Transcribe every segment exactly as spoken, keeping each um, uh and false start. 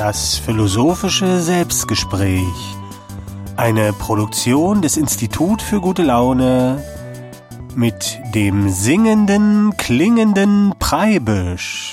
Das philosophische Selbstgespräch. Eine Produktion des Institut für gute Laune mit dem singenden, klingenden Preibisch.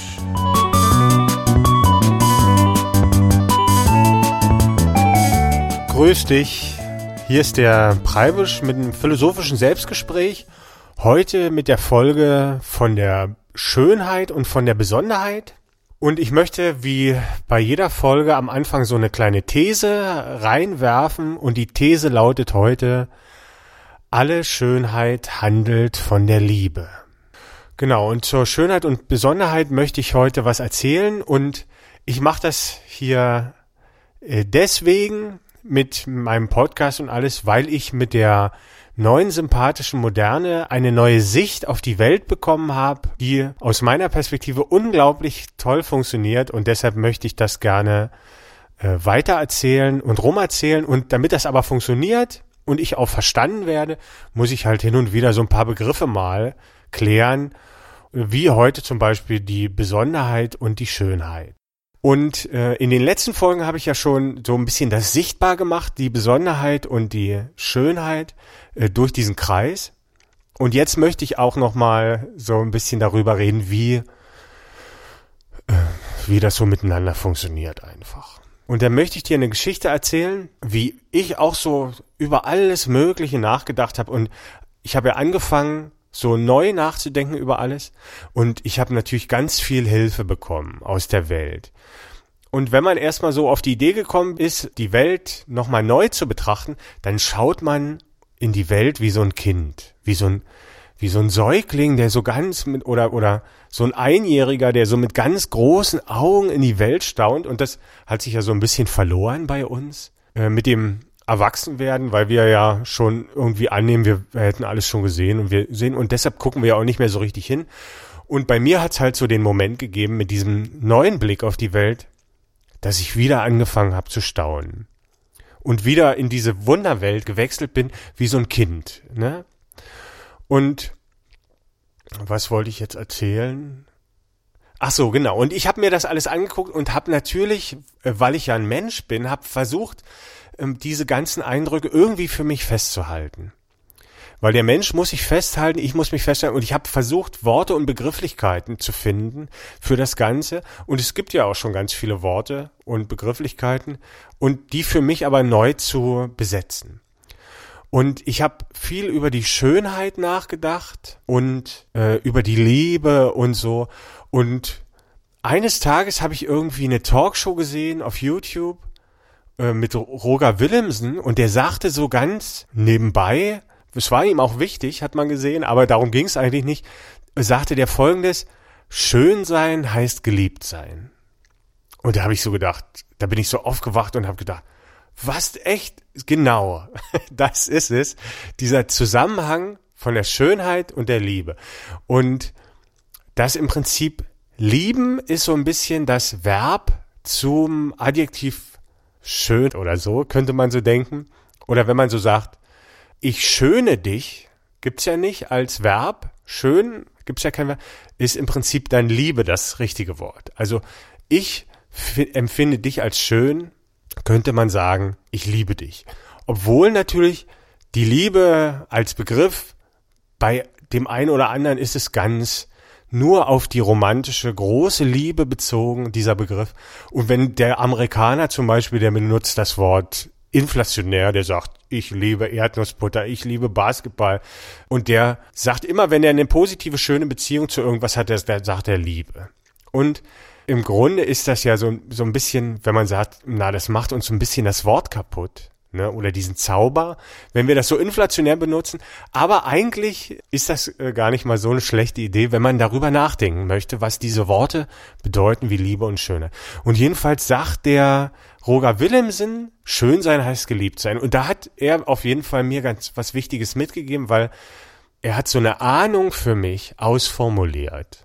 Grüß dich, hier ist der Preibisch mit dem philosophischen Selbstgespräch. Heute mit der Folge von der Schönheit und von der Besonderheit. Und ich möchte wie bei jeder Folge am Anfang so eine kleine These reinwerfen. Und die These lautet heute: Alle Schönheit handelt von der Liebe. Genau, und zur Schönheit und Besonderheit möchte ich heute was erzählen. Und ich mache das hier deswegen mit meinem Podcast und alles, weil ich mit der neuen sympathischen Moderne eine neue Sicht auf die Welt bekommen habe, die aus meiner Perspektive unglaublich toll funktioniert, und deshalb möchte ich das gerne äh, weitererzählen und rumerzählen. Und damit das aber funktioniert und ich auch verstanden werde, muss ich halt hin und wieder so ein paar Begriffe mal klären, wie heute zum Beispiel die Besonderheit und die Schönheit. Und äh, in den letzten Folgen habe ich ja schon so ein bisschen das sichtbar gemacht, die Besonderheit und die Schönheit äh, durch diesen Kreis. Und jetzt möchte ich auch noch mal so ein bisschen darüber reden, wie äh, wie das so miteinander funktioniert einfach. Und dann möchte ich dir eine Geschichte erzählen, wie ich auch so über alles Mögliche nachgedacht habe. Und ich habe ja angefangen, so neu nachzudenken über alles. Und ich habe natürlich ganz viel Hilfe bekommen aus der Welt. Und wenn man erstmal so auf die Idee gekommen ist, die Welt nochmal neu zu betrachten, dann schaut man in die Welt wie so ein Kind, wie so ein, wie so ein Säugling, der so ganz mit, oder, oder so ein Einjähriger, der so mit ganz großen Augen in die Welt staunt. Und das hat sich ja so ein bisschen verloren bei uns, äh, mit dem Erwachsenwerden, weil wir ja schon irgendwie annehmen, wir, wir hätten alles schon gesehen und wir sehen, und deshalb gucken wir ja auch nicht mehr so richtig hin. Und bei mir hat es halt so den Moment gegeben mit diesem neuen Blick auf die Welt, dass ich wieder angefangen habe zu staunen und wieder in diese Wunderwelt gewechselt bin, wie so ein Kind, ne? Und was wollte ich jetzt erzählen? Ach so, genau. Und ich habe mir das alles angeguckt und habe natürlich, weil ich ja ein Mensch bin, habe versucht, diese ganzen Eindrücke irgendwie für mich festzuhalten. Weil der Mensch muss sich festhalten, ich muss mich festhalten, und ich habe versucht, Worte und Begrifflichkeiten zu finden für das Ganze. Und es gibt ja auch schon ganz viele Worte und Begrifflichkeiten, und die für mich aber neu zu besetzen. Und ich habe viel über die Schönheit nachgedacht und äh, über die Liebe und so. Und eines Tages habe ich irgendwie eine Talkshow gesehen auf YouTube mit Roger Willemsen, und der sagte so ganz nebenbei, es war ihm auch wichtig, hat man gesehen, aber darum ging es eigentlich nicht, sagte der Folgendes: Schön sein heißt geliebt sein. Und da habe ich so gedacht, da bin ich so aufgewacht und habe gedacht, was, echt? Genau, das ist es, dieser Zusammenhang von der Schönheit und der Liebe. Und das im Prinzip, lieben ist so ein bisschen das Verb zum Adjektiv schön oder so, könnte man so denken. Oder wenn man so sagt, ich schöne dich, gibt's ja nicht als Verb. Schön gibt's ja kein Verb. Ist im Prinzip dann Liebe das richtige Wort. Also ich f- empfinde dich als schön, könnte man sagen, ich liebe dich. Obwohl natürlich die Liebe als Begriff, bei dem einen oder anderen ist es ganz nur auf die romantische, große Liebe bezogen, dieser Begriff. Und wenn der Amerikaner zum Beispiel, der benutzt das Wort inflationär, der sagt, ich liebe Erdnussbutter, ich liebe Basketball. Und der sagt immer, wenn er eine positive, schöne Beziehung zu irgendwas hat, der, der sagt er Liebe. Und im Grunde ist das ja so, so ein bisschen, wenn man sagt, na, das macht uns so ein bisschen das Wort kaputt. Ne, oder diesen Zauber, wenn wir das so inflationär benutzen. Aber eigentlich ist das äh, gar nicht mal so eine schlechte Idee, wenn man darüber nachdenken möchte, was diese Worte bedeuten wie Liebe und Schönheit. Und jedenfalls sagt der Roger Willemsen, schön sein heißt geliebt sein. Und da hat er auf jeden Fall mir ganz was Wichtiges mitgegeben, weil er hat so eine Ahnung für mich ausformuliert.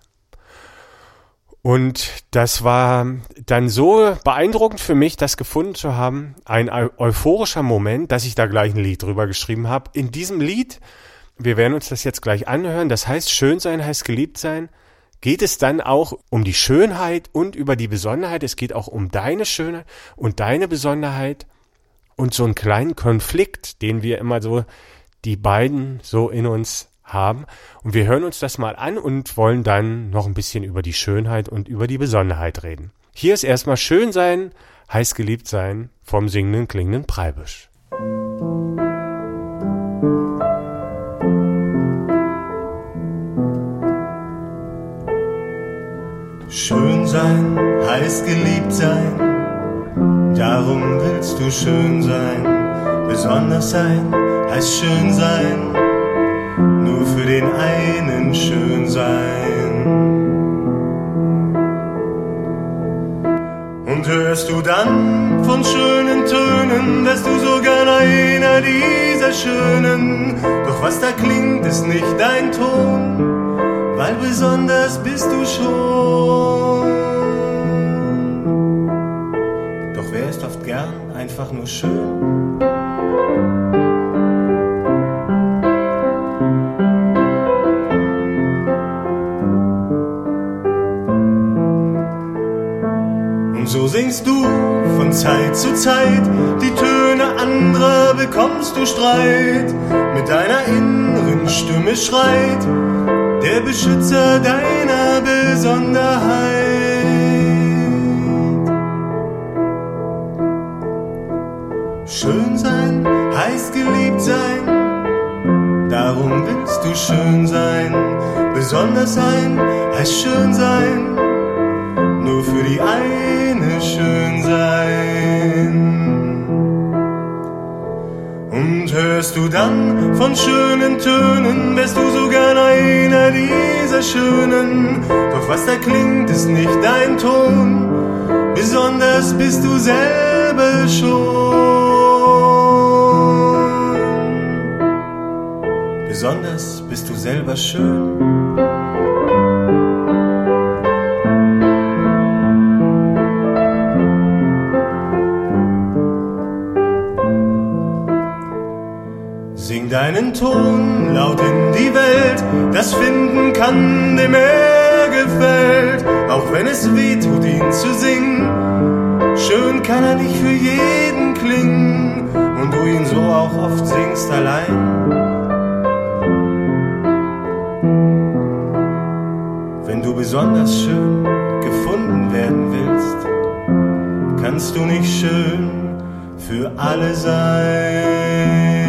Und das war dann so beeindruckend für mich, das gefunden zu haben, ein eu- euphorischer Moment, dass ich da gleich ein Lied drüber geschrieben habe. In diesem Lied, wir werden uns das jetzt gleich anhören, das heißt, schön sein heißt geliebt sein, geht es dann auch um die Schönheit und über die Besonderheit. Es geht auch um deine Schönheit und deine Besonderheit und so einen kleinen Konflikt, den wir immer so, die beiden so in uns haben. Und wir hören uns das mal an und wollen dann noch ein bisschen über die Schönheit und über die Besonderheit reden. Hier ist erstmal Schön sein, heiß geliebt sein vom singenden, klingenden Preibisch. Schön sein, heiß geliebt sein, darum willst du schön sein. Besonders sein, heißt schön sein, nur für den einen schön sein. Und hörst du dann von schönen Tönen, wärst du so gern einer dieser Schönen. Doch was da klingt, ist nicht dein Ton, weil besonders bist du schon. Doch wer ist oft gern einfach nur schön? Und so singst du von Zeit zu Zeit die Töne anderer, bekommst du Streit. Mit deiner inneren Stimme schreit der Beschützer deiner Besonderheit. Schön sein, heiß geliebt sein, darum willst du schön sein. Besonders sein, heißt schön sein, nur für die eine schön sein. Und hörst du dann von schönen Tönen, wärst du so gern einer dieser Schönen. Doch was da klingt, ist nicht dein Ton, besonders bist du selber schon. Besonders bist du selber schön. Sing deinen Ton laut in die Welt, das finden kann, dem er gefällt. Auch wenn es weh tut, ihn zu singen, schön kann er nicht für jeden klingen. Und du ihn so auch oft singst allein. Wenn du besonders schön gefunden werden willst, kannst du nicht schön für alle sein.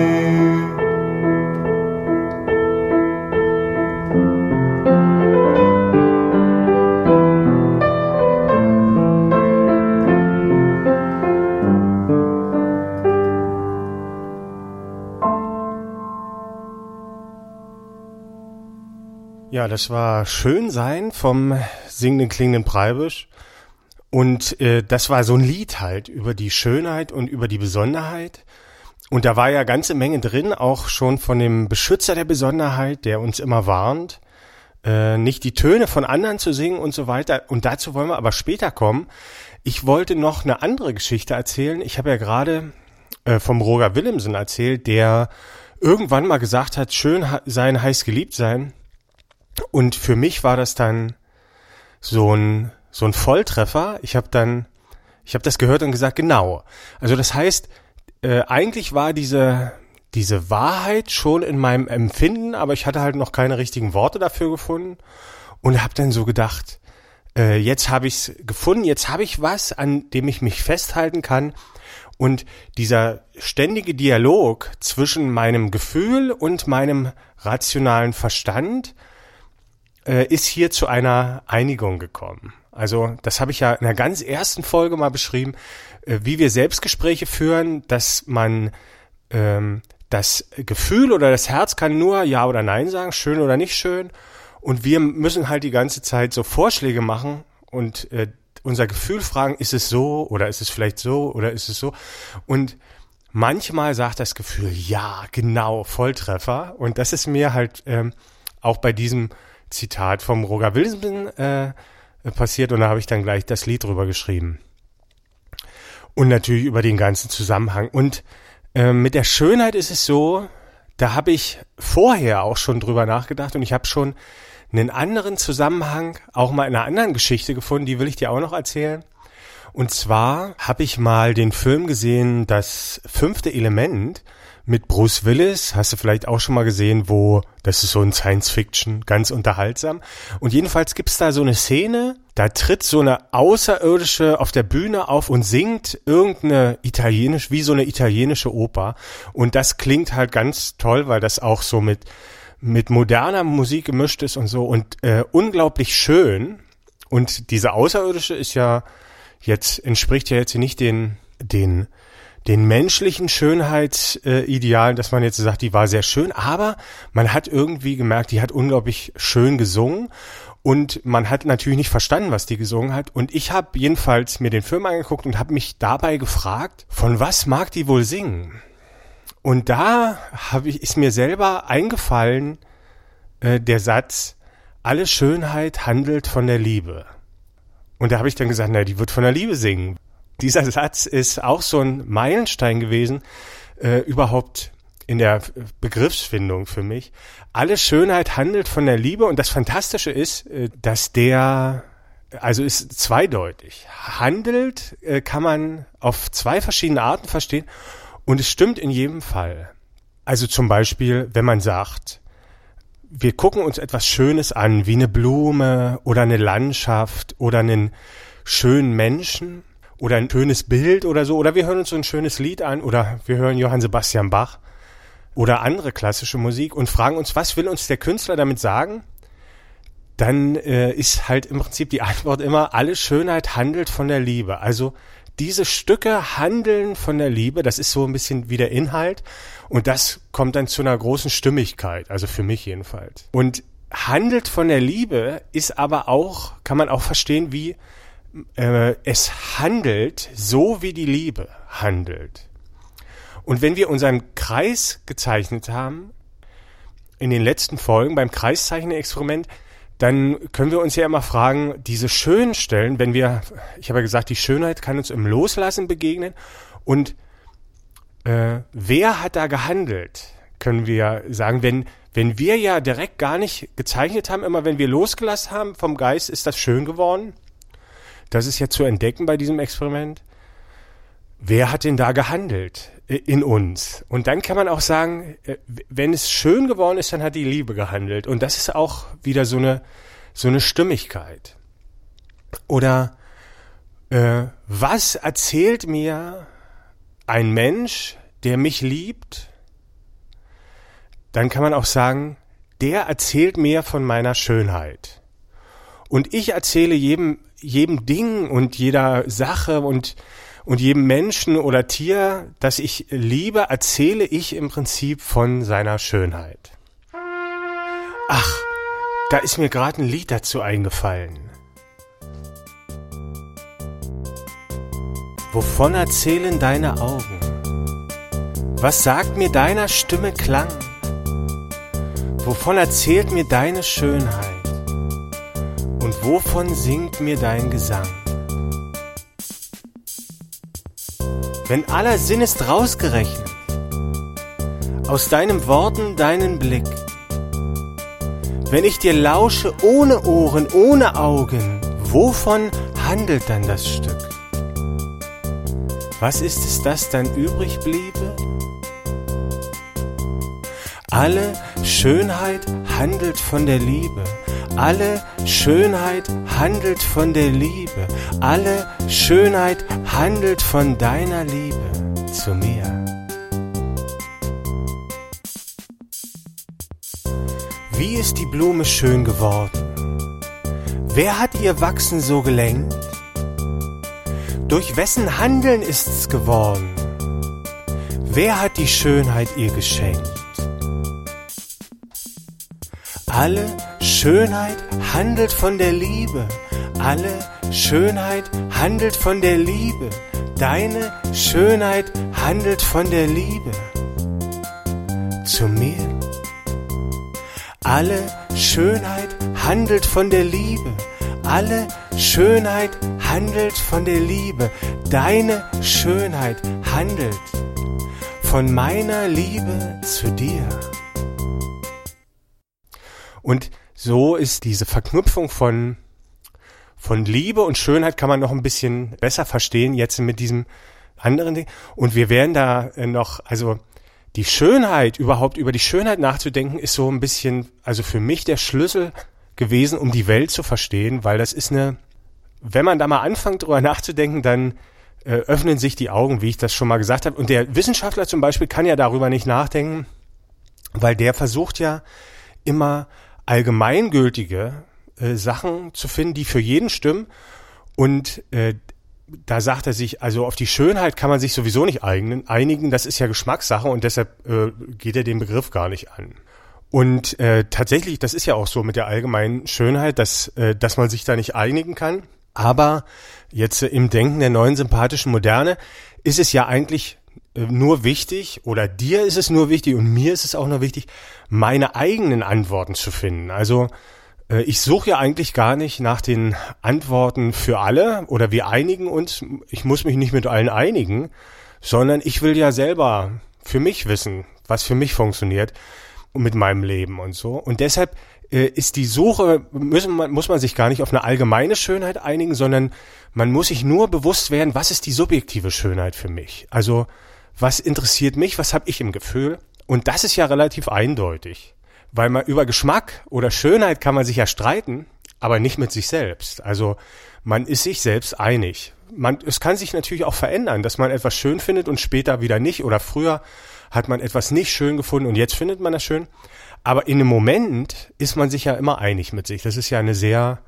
Ja, das war Schön sein vom singenden, klingenden Preibisch. Und äh, das war so ein Lied halt über die Schönheit und über die Besonderheit. Und da war ja ganze Menge drin, auch schon von dem Beschützer der Besonderheit, der uns immer warnt, äh, nicht die Töne von anderen zu singen und so weiter. Und dazu wollen wir aber später kommen. Ich wollte noch eine andere Geschichte erzählen. Ich habe ja gerade äh, vom Roger Willemsen erzählt, der irgendwann mal gesagt hat, schön sein, heiß geliebt sein. Und für mich war das dann so ein so ein Volltreffer. Ich habe dann, ich habe das gehört und gesagt, genau. Also das heißt, äh, eigentlich war diese diese Wahrheit schon in meinem Empfinden, aber ich hatte halt noch keine richtigen Worte dafür gefunden und habe dann so gedacht, äh, jetzt habe ich's gefunden, jetzt habe ich was, an dem ich mich festhalten kann. Und dieser ständige Dialog zwischen meinem Gefühl und meinem rationalen Verstand ist hier zu einer Einigung gekommen. Also das habe ich ja in der ganz ersten Folge mal beschrieben, wie wir Selbstgespräche führen, dass man ähm, das Gefühl oder das Herz kann nur Ja oder Nein sagen, schön oder nicht schön. Und wir müssen halt die ganze Zeit so Vorschläge machen und äh, unser Gefühl fragen, ist es so oder ist es vielleicht so oder ist es so? Und manchmal sagt das Gefühl, ja, genau, Volltreffer. Und das ist mir halt ähm, auch bei diesem Zitat vom Roger Willemsen äh, passiert und da habe ich dann gleich das Lied drüber geschrieben. Und natürlich über den ganzen Zusammenhang. Und äh, mit der Schönheit ist es so, da habe ich vorher auch schon drüber nachgedacht und ich habe schon einen anderen Zusammenhang, auch mal in einer anderen Geschichte gefunden, die will ich dir auch noch erzählen. Und zwar habe ich mal den Film gesehen, Das fünfte Element mit Bruce Willis, hast du vielleicht auch schon mal gesehen, wo, das ist so ein Science-Fiction, ganz unterhaltsam. Und jedenfalls gibt's da so eine Szene, da tritt so eine Außerirdische auf der Bühne auf und singt irgendeine italienisch, wie so eine italienische Oper. Und das klingt halt ganz toll, weil das auch so mit, mit moderner Musik gemischt ist und so und äh, unglaublich schön. Und diese Außerirdische ist ja jetzt, entspricht ja jetzt nicht den, den, den menschlichen Schönheitsidealen, dass man jetzt sagt, die war sehr schön, aber man hat irgendwie gemerkt, die hat unglaublich schön gesungen und man hat natürlich nicht verstanden, was die gesungen hat. Und ich habe jedenfalls mir den Film angeguckt und habe mich dabei gefragt, von was mag die wohl singen? Und da habe ich, ist mir selber eingefallen, äh, der Satz, alle Schönheit handelt von der Liebe. Und da habe ich dann gesagt, na, die wird von der Liebe singen. Dieser Satz ist auch so ein Meilenstein gewesen, äh, überhaupt in der Begriffsfindung für mich. Alle Schönheit handelt von der Liebe und das Fantastische ist, äh, dass der, also ist zweideutig. Handelt äh, kann man auf zwei verschiedene Arten verstehen und es stimmt in jedem Fall. Also zum Beispiel, wenn man sagt, wir gucken uns etwas Schönes an, wie eine Blume oder eine Landschaft oder einen schönen Menschen oder ein schönes Bild oder so, oder wir hören uns so ein schönes Lied an oder wir hören Johann Sebastian Bach oder andere klassische Musik und fragen uns, was will uns der Künstler damit sagen? Dann äh, ist halt im Prinzip die Antwort immer, alle Schönheit handelt von der Liebe. Also diese Stücke handeln von der Liebe, das ist so ein bisschen wie der Inhalt und das kommt dann zu einer großen Stimmigkeit, also für mich jedenfalls. Und handelt von der Liebe ist aber auch, kann man auch verstehen, wie äh, es handelt, so wie die Liebe handelt. Und wenn wir unseren Kreis gezeichnet haben, in den letzten Folgen beim Kreiszeichen-Experiment, dann können wir uns ja immer fragen, diese schönen Stellen, wenn wir, ich habe ja gesagt, die Schönheit kann uns im Loslassen begegnen und äh, wer hat da gehandelt, können wir sagen, wenn, wenn wir ja direkt gar nicht gezeichnet haben, immer wenn wir losgelassen haben vom Geist, ist das schön geworden. Das ist ja zu entdecken bei diesem Experiment. Wer hat denn da gehandelt in uns? Und dann kann man auch sagen, wenn es schön geworden ist, dann hat die Liebe gehandelt. Und das ist auch wieder so eine, so eine Stimmigkeit. Oder äh, was erzählt mir ein Mensch, der mich liebt? Dann kann man auch sagen, der erzählt mir von meiner Schönheit. Und ich erzähle jedem, jedem Ding und jeder Sache und Und jedem Menschen oder Tier, das ich liebe, erzähle ich im Prinzip von seiner Schönheit. Ach, da ist mir gerade ein Lied dazu eingefallen. Wovon erzählen deine Augen? Was sagt mir deiner Stimme Klang? Wovon erzählt mir deine Schönheit? Und wovon singt mir dein Gesang? Wenn aller Sinn ist rausgerechnet, aus deinen Worten deinen Blick, wenn ich dir lausche ohne Ohren, ohne Augen, wovon handelt dann das Stück? Was ist es, das dann übrig bliebe? Alle Schönheit handelt von der Liebe. Alle Schönheit handelt von der Liebe. Alle Schönheit handelt von deiner Liebe zu mir. Wie ist die Blume schön geworden? Wer hat ihr Wachsen so gelenkt? Durch wessen Handeln ist's geworden? Wer hat die Schönheit ihr geschenkt? Alle Schönheit handelt von der Liebe. Alle Schönheit handelt von der Liebe. Deine Schönheit handelt von der Liebe zu mir. Alle Schönheit handelt von der Liebe. Alle Schönheit handelt von der Liebe. Deine Schönheit handelt von meiner Liebe zu dir. Und so ist diese Verknüpfung von, von Liebe und Schönheit kann man noch ein bisschen besser verstehen jetzt mit diesem anderen Ding. Und wir werden da noch, also die Schönheit, überhaupt über die Schönheit nachzudenken, ist so ein bisschen, also für mich der Schlüssel gewesen, um die Welt zu verstehen, weil das ist eine, wenn man da mal anfängt, drüber nachzudenken, dann äh, öffnen sich die Augen, wie ich das schon mal gesagt habe. Und der Wissenschaftler zum Beispiel kann ja darüber nicht nachdenken, weil der versucht ja immer allgemeingültige äh, Sachen zu finden, die für jeden stimmen. Und äh, da sagt er sich, also auf die Schönheit kann man sich sowieso nicht einigen, einigen das ist ja Geschmackssache und deshalb äh, geht er den Begriff gar nicht an. Und äh, tatsächlich, das ist ja auch so mit der allgemeinen Schönheit, dass, äh, dass man sich da nicht einigen kann. Aber jetzt äh, im Denken der neuen sympathischen Moderne ist es ja eigentlich äh, nur wichtig, oder dir ist es nur wichtig und mir ist es auch nur wichtig, meine eigenen Antworten zu finden. Also ich suche ja eigentlich gar nicht nach den Antworten für alle oder wir einigen uns, ich muss mich nicht mit allen einigen, sondern ich will ja selber für mich wissen, was für mich funktioniert mit meinem Leben und so. Und deshalb äh, ist die Suche, müssen man, muss man sich gar nicht auf eine allgemeine Schönheit einigen, sondern man muss sich nur bewusst werden, was ist die subjektive Schönheit für mich? Also was interessiert mich, was habe ich im Gefühl? Und das ist ja relativ eindeutig. Weil man über Geschmack oder Schönheit kann man sich ja streiten, aber nicht mit sich selbst. Also man ist sich selbst einig. Man, es kann sich natürlich auch verändern, dass man etwas schön findet und später wieder nicht. Oder früher hat man etwas nicht schön gefunden und jetzt findet man das schön. Aber in einem Moment ist man sich ja immer einig mit sich. Das ist ja eine sehr,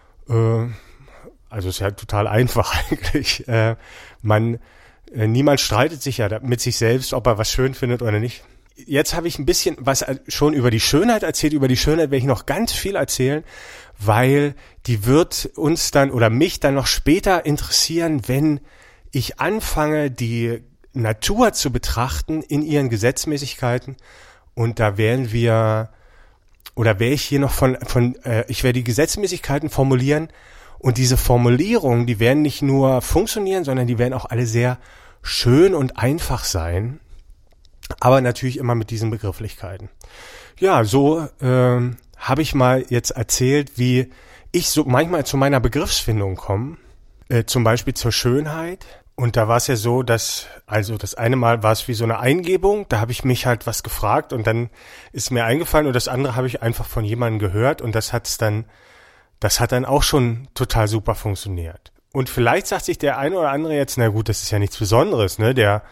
äh, also ist ja total einfach eigentlich. Äh, man, äh, niemand streitet sich ja mit sich selbst, ob er was schön findet oder nicht. Jetzt habe ich ein bisschen was schon über die Schönheit erzählt. Über die Schönheit werde ich noch ganz viel erzählen, weil die wird uns dann oder mich dann noch später interessieren, wenn ich anfange, die Natur zu betrachten in ihren Gesetzmäßigkeiten. Und da werden wir, oder werde ich hier noch von, von äh, ich werde die Gesetzmäßigkeiten formulieren. Und diese Formulierungen, die werden nicht nur funktionieren, sondern die werden auch alle sehr schön und einfach sein. Aber natürlich immer mit diesen Begrifflichkeiten. Ja, so ähm, habe ich mal jetzt erzählt, wie ich so manchmal zu meiner Begriffsfindung komme. Äh, zum Beispiel zur Schönheit. Und da war es ja so, dass, also das eine Mal war es wie so eine Eingebung. Da habe ich mich halt was gefragt und dann ist mir eingefallen. Und das andere habe ich einfach von jemandem gehört. Und das hat's dann, das hat dann auch schon total super funktioniert. Und vielleicht sagt sich der eine oder andere jetzt, na gut, das ist ja nichts Besonderes, ne? Der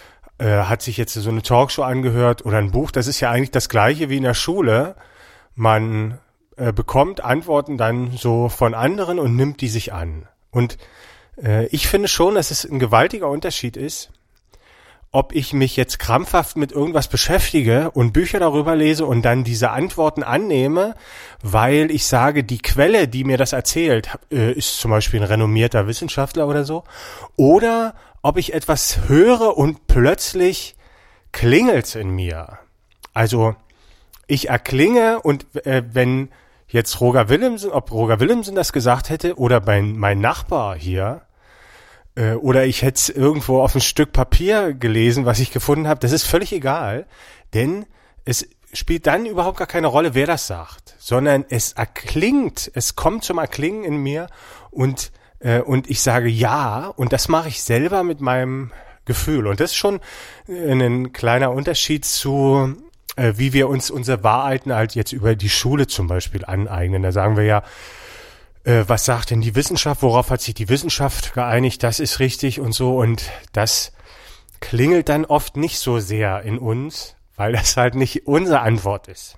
hat sich jetzt so eine Talkshow angehört oder ein Buch, das ist ja eigentlich das Gleiche wie in der Schule. Man äh, bekommt Antworten dann so von anderen und nimmt die sich an. Und äh, ich finde schon, dass es ein gewaltiger Unterschied ist, ob ich mich jetzt krampfhaft mit irgendwas beschäftige und Bücher darüber lese und dann diese Antworten annehme, weil ich sage, die Quelle, die mir das erzählt, äh, ist zum Beispiel ein renommierter Wissenschaftler oder so, oder ob ich etwas höre und plötzlich klingelt's in mir. Also ich erklinge und äh, wenn jetzt Roger Willemsen, ob Roger Willemsen das gesagt hätte oder mein, mein Nachbar hier, äh, oder ich hätte es irgendwo auf ein Stück Papier gelesen, was ich gefunden habe, das ist völlig egal, denn es spielt dann überhaupt gar keine Rolle, wer das sagt, sondern es erklingt, es kommt zum Erklingen in mir und Und ich sage ja, und das mache ich selber mit meinem Gefühl. Und das ist schon ein kleiner Unterschied zu, äh, wie wir uns unsere Wahrheiten halt jetzt über die Schule zum Beispiel aneignen. Da sagen wir ja, äh, was sagt denn die Wissenschaft, worauf hat sich die Wissenschaft geeinigt, das ist richtig und so. Und das klingelt dann oft nicht so sehr in uns, weil das halt nicht unsere Antwort ist.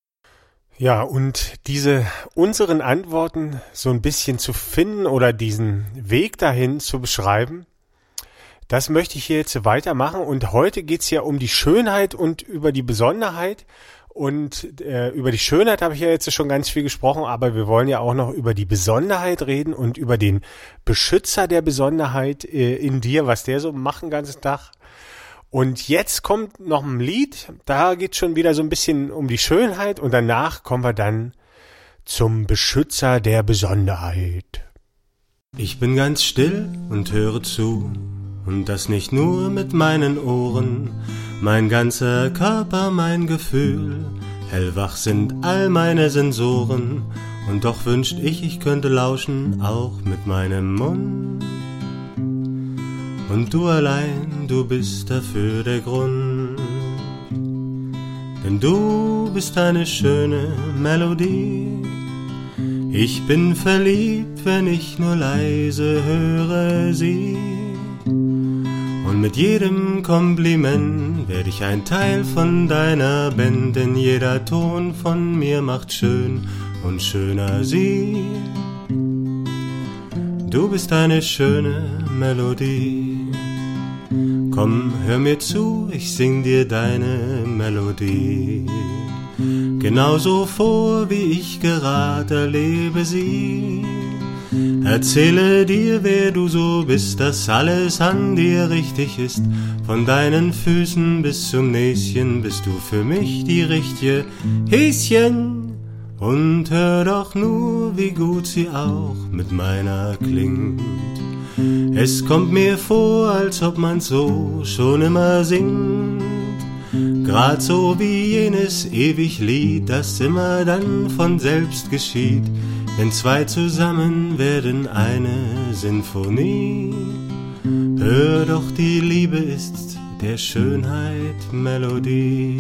Ja, und diese unseren Antworten so ein bisschen zu finden oder diesen Weg dahin zu beschreiben, das möchte ich hier jetzt weitermachen. Und heute geht's ja um die Schönheit und über die Besonderheit. Und äh, über die Schönheit habe ich ja jetzt schon ganz viel gesprochen, aber wir wollen ja auch noch über die Besonderheit reden und über den Beschützer der Besonderheit äh, in dir, was der so macht den ganzen Tag. Und jetzt kommt noch ein Lied, da geht schon wieder so ein bisschen um die Schönheit und danach kommen wir dann zum Beschützer der Besonderheit. Ich bin ganz still und höre zu, und das nicht nur mit meinen Ohren, mein ganzer Körper, mein Gefühl Hellwach sind all meine Sensoren, und doch wünscht ich, ich könnte lauschen, auch mit meinem Mund. Und du allein, du bist dafür der Grund. Denn du bist eine schöne Melodie. Ich bin verliebt, wenn ich nur leise höre sie. Und mit jedem Kompliment werde ich ein Teil von deiner Band, denn jeder Ton von mir macht schön und schöner sie. Du bist eine schöne Melodie. Komm, hör mir zu, ich sing dir deine Melodie. Genauso vor, wie ich gerade erlebe sie. Erzähle dir, wer du so bist, dass alles an dir richtig ist. Von deinen Füßen bis zum Näschen bist du für mich die richtige Häschen. Und hör doch nur, wie gut sie auch mit meiner klingt. Es kommt mir vor, als ob man so schon immer singt. Grad so wie jenes ewig Lied, das immer dann von selbst geschieht, wenn zwei zusammen werden eine Sinfonie. Hör doch, die Liebe ist der Schönheit Melodie.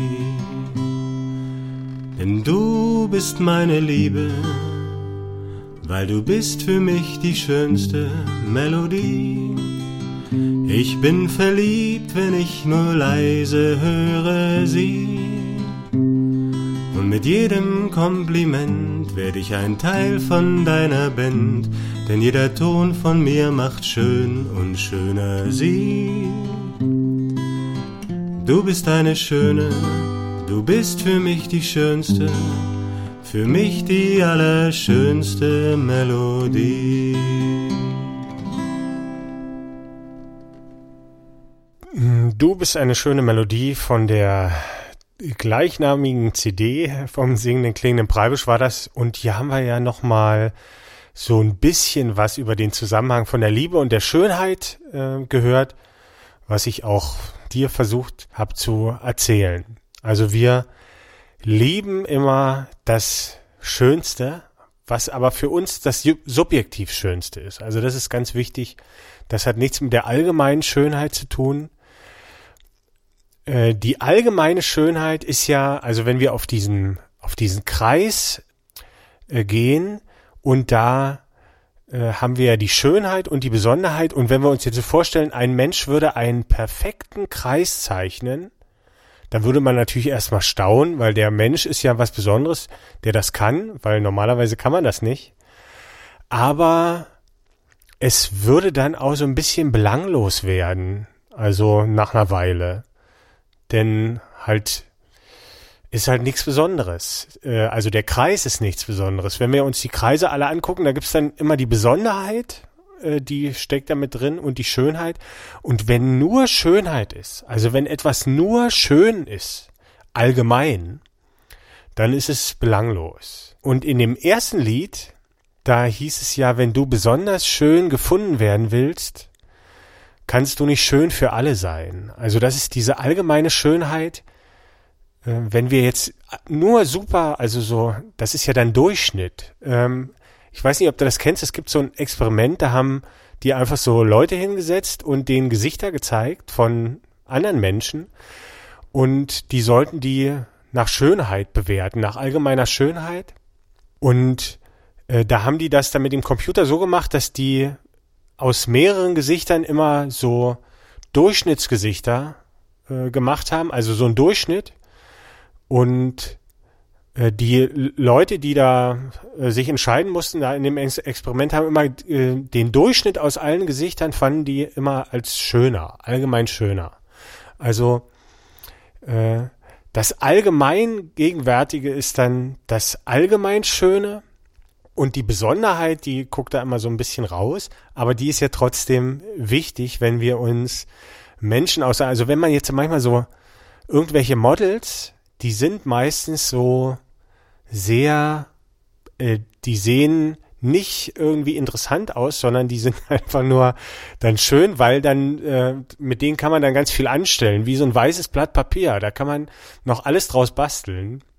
Denn du bist meine Liebe, weil du bist für mich die schönste Melodie. Ich bin verliebt, wenn ich nur leise höre sie. Und mit jedem Kompliment werde ich ein Teil von deiner Band, denn jeder Ton von mir macht schön und schöner sie. Du bist eine schöne, du bist für mich die schönste, für mich die allerschönste Melodie. Du bist eine schöne Melodie von der gleichnamigen C D vom singenden klingenden Preibisch war das. Und hier haben wir ja nochmal so ein bisschen was über den Zusammenhang von der Liebe und der Schönheit äh, gehört, was ich auch dir versucht habe zu erzählen. Also wir lieben immer das Schönste, was aber für uns das subjektiv Schönste ist. Also das ist ganz wichtig. Das hat nichts mit der allgemeinen Schönheit zu tun. Äh, die allgemeine Schönheit ist ja, also wenn wir auf diesen, auf diesen Kreis äh, gehen und da äh, haben wir ja die Schönheit und die Besonderheit. Und wenn wir uns jetzt so vorstellen, ein Mensch würde einen perfekten Kreis zeichnen, dann würde man natürlich erstmal staunen, weil der Mensch ist ja was Besonderes, der das kann, weil normalerweise kann man das nicht. Aber es würde dann auch so ein bisschen belanglos werden, also nach einer Weile. Denn halt ist halt nichts Besonderes. Äh, also der Kreis ist nichts Besonderes. Wenn wir uns die Kreise alle angucken, da gibt's dann immer die Besonderheit, äh, die steckt da mit drin und die Schönheit. Und wenn nur Schönheit ist, also wenn etwas nur schön ist, allgemein, dann ist es belanglos. Und in dem ersten Lied, da hieß es ja, wenn du besonders schön gefunden werden willst, kannst du nicht schön für alle sein. Also das ist diese allgemeine Schönheit. Äh, wenn wir jetzt nur super, also so, das ist ja dann Durchschnitt. Ähm, ich weiß nicht, ob du das kennst, es gibt so ein Experiment, da haben die einfach so Leute hingesetzt und denen Gesichter gezeigt von anderen Menschen und die sollten die nach Schönheit bewerten, nach allgemeiner Schönheit. Und äh, da haben die das dann mit dem Computer so gemacht, dass die aus mehreren Gesichtern immer so Durchschnittsgesichter äh, gemacht haben, also so ein Durchschnitt. Und äh, die Leute, die da äh, sich entscheiden mussten, da in dem Ex- Experiment haben immer äh, den Durchschnitt aus allen Gesichtern fanden die immer als schöner, allgemein schöner. Also äh, das allgemein Gegenwärtige ist dann das allgemein Schöne. Und die Besonderheit, die guckt da immer so ein bisschen raus, aber die ist ja trotzdem wichtig, wenn wir uns Menschen aus, also wenn man jetzt manchmal so irgendwelche Models, die sind meistens so sehr, äh, die sehen nicht irgendwie interessant aus, sondern die sind einfach nur dann schön, weil dann äh, mit denen kann man dann ganz viel anstellen, wie so ein weißes Blatt Papier, da kann man noch alles draus basteln.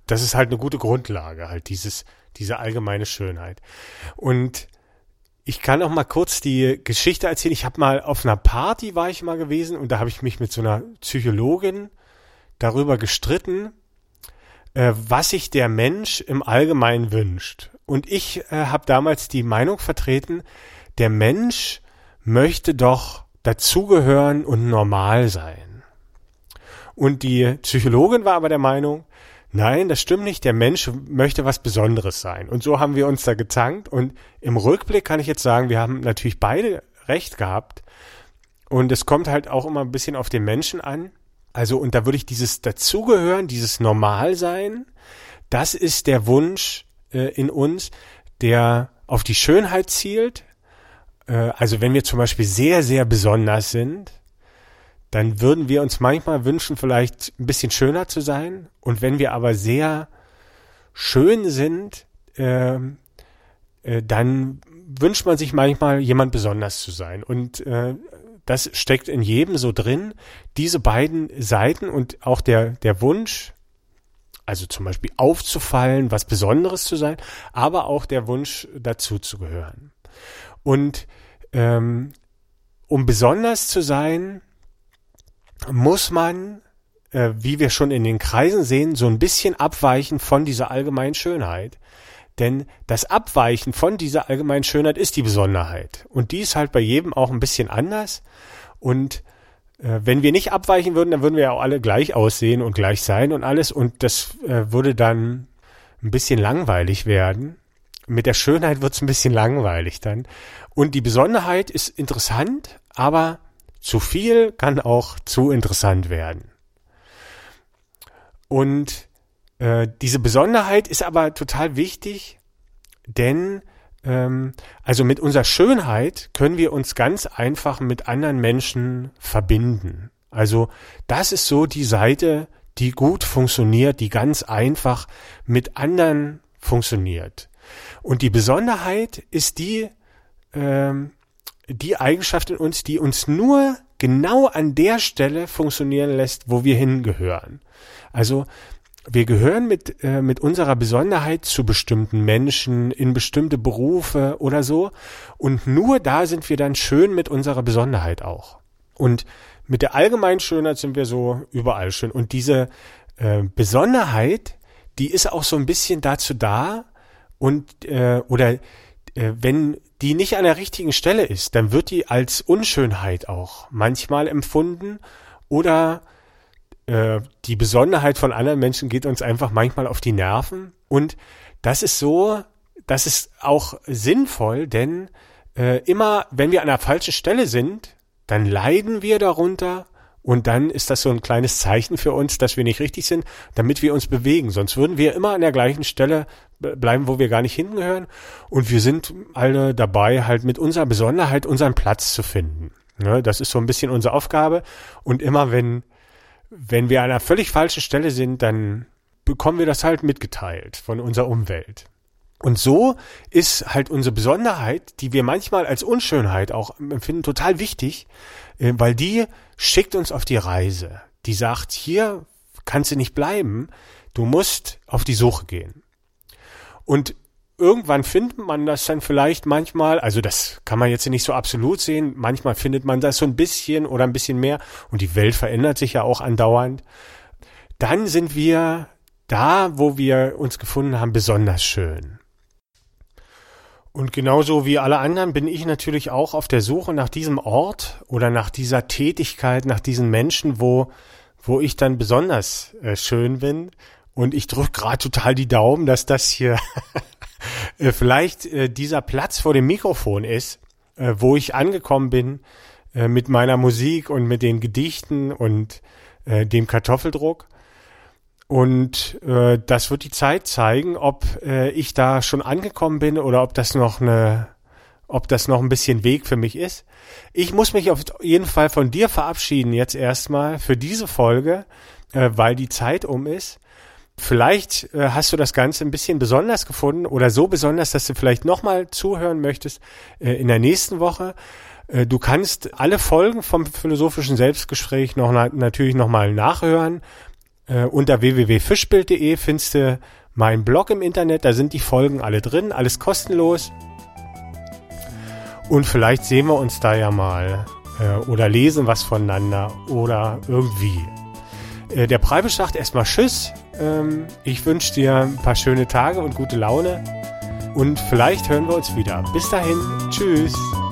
das ist halt eine gute Grundlage, halt dieses, diese allgemeine Schönheit. Und ich kann auch mal kurz die Geschichte erzählen. Ich habe mal auf einer Party war ich mal gewesen und da habe ich mich mit so einer Psychologin darüber gestritten, äh, was sich der Mensch im Allgemeinen wünscht. Und ich äh, habe damals die Meinung vertreten, der Mensch möchte doch dazugehören und normal sein. Und die Psychologin war aber der Meinung, nein, das stimmt nicht, der Mensch möchte was Besonderes sein. Und so haben wir uns da gezankt. Und im Rückblick kann ich jetzt sagen, wir haben natürlich beide recht gehabt. Und es kommt halt auch immer ein bisschen auf den Menschen an. Also, und da würde ich dieses Dazugehören, dieses Normalsein, das ist der Wunsch äh, in uns, der auf die Schönheit zielt. Äh, also wenn wir zum Beispiel sehr, sehr besonders sind, dann würden wir uns manchmal wünschen, vielleicht ein bisschen schöner zu sein. Und wenn wir aber sehr schön sind, äh, äh, dann wünscht man sich manchmal, jemand besonders zu sein. Und äh, das steckt in jedem so drin, diese beiden Seiten und auch der, der Wunsch, also zum Beispiel aufzufallen, was Besonderes zu sein, aber auch der Wunsch, dazu zu gehören. Und ähm, um besonders zu sein, muss man, äh, wie wir schon in den Kreisen sehen, so ein bisschen abweichen von dieser allgemeinen Schönheit. Denn das Abweichen von dieser allgemeinen Schönheit ist die Besonderheit. Und die ist halt bei jedem auch ein bisschen anders. Und äh, wenn wir nicht abweichen würden, dann würden wir ja auch alle gleich aussehen und gleich sein und alles. Und das äh, würde dann ein bisschen langweilig werden. Mit der Schönheit wird es ein bisschen langweilig dann. Und die Besonderheit ist interessant, aber zu viel kann auch zu interessant werden. Und äh, diese Besonderheit ist aber total wichtig, denn ähm, also mit unserer Schönheit können wir uns ganz einfach mit anderen Menschen verbinden. Also das ist so die Seite, die gut funktioniert, die ganz einfach mit anderen funktioniert. Und die Besonderheit ist die, ähm, die Eigenschaft in uns, die uns nur genau an der Stelle funktionieren lässt, wo wir hingehören. Also wir gehören mit äh, mit unserer Besonderheit zu bestimmten Menschen, in bestimmte Berufe oder so. Und nur da sind wir dann schön mit unserer Besonderheit auch. Und mit der allgemeinen Schönheit sind wir so überall schön. Und diese äh, Besonderheit, die ist auch so ein bisschen dazu da und äh, oder äh, wenn die nicht an der richtigen Stelle ist, dann wird die als Unschönheit auch manchmal empfunden oder äh, die Besonderheit von anderen Menschen geht uns einfach manchmal auf die Nerven. Und das ist so, das ist auch sinnvoll, denn äh, immer, wenn wir an der falschen Stelle sind, dann leiden wir darunter und dann ist das so ein kleines Zeichen für uns, dass wir nicht richtig sind, damit wir uns bewegen. Sonst würden wir immer an der gleichen Stelle bleiben, wo wir gar nicht hingehören. Und wir sind alle dabei, halt mit unserer Besonderheit unseren Platz zu finden. Ja, das ist so ein bisschen unsere Aufgabe. Und immer wenn, wenn wir an einer völlig falschen Stelle sind, dann bekommen wir das halt mitgeteilt von unserer Umwelt. Und so ist halt unsere Besonderheit, die wir manchmal als Unschönheit auch empfinden, total wichtig, weil die schickt uns auf die Reise. Die sagt, hier kannst du nicht bleiben, du musst auf die Suche gehen. Und irgendwann findet man das dann vielleicht manchmal, also das kann man jetzt nicht so absolut sehen, manchmal findet man das so ein bisschen oder ein bisschen mehr und die Welt verändert sich ja auch andauernd. Dann sind wir da, wo wir uns gefunden haben, besonders schön. Und genauso wie alle anderen bin ich natürlich auch auf der Suche nach diesem Ort oder nach dieser Tätigkeit, nach diesen Menschen, wo, wo ich dann besonders äh, schön bin. Und ich drücke gerade total die Daumen, dass das hier vielleicht äh, dieser Platz vor dem Mikrofon ist, äh, wo ich angekommen bin äh, mit meiner Musik und mit den Gedichten und äh, dem Kartoffeldruck. Und äh, das wird die Zeit zeigen, ob äh, ich da schon angekommen bin oder ob das noch eine, ob das noch ein bisschen Weg für mich ist. Ich muss mich auf jeden Fall von dir verabschieden jetzt erstmal für diese Folge, äh, weil die Zeit um ist. Vielleicht äh, hast du das Ganze ein bisschen besonders gefunden oder so besonders, dass du vielleicht nochmal zuhören möchtest äh, in der nächsten Woche. Äh, du kannst alle Folgen vom philosophischen Selbstgespräch noch na- natürlich nochmal nachhören Äh, unter w w w punkt fischbild punkt de findest du meinen Blog im Internet, da sind die Folgen alle drin, alles kostenlos. Und vielleicht sehen wir uns da ja mal äh, oder lesen was voneinander oder irgendwie. Äh, der Preibisch sagt erstmal Tschüss. Ähm, ich wünsche dir ein paar schöne Tage und gute Laune. Und vielleicht hören wir uns wieder. Bis dahin. Tschüss.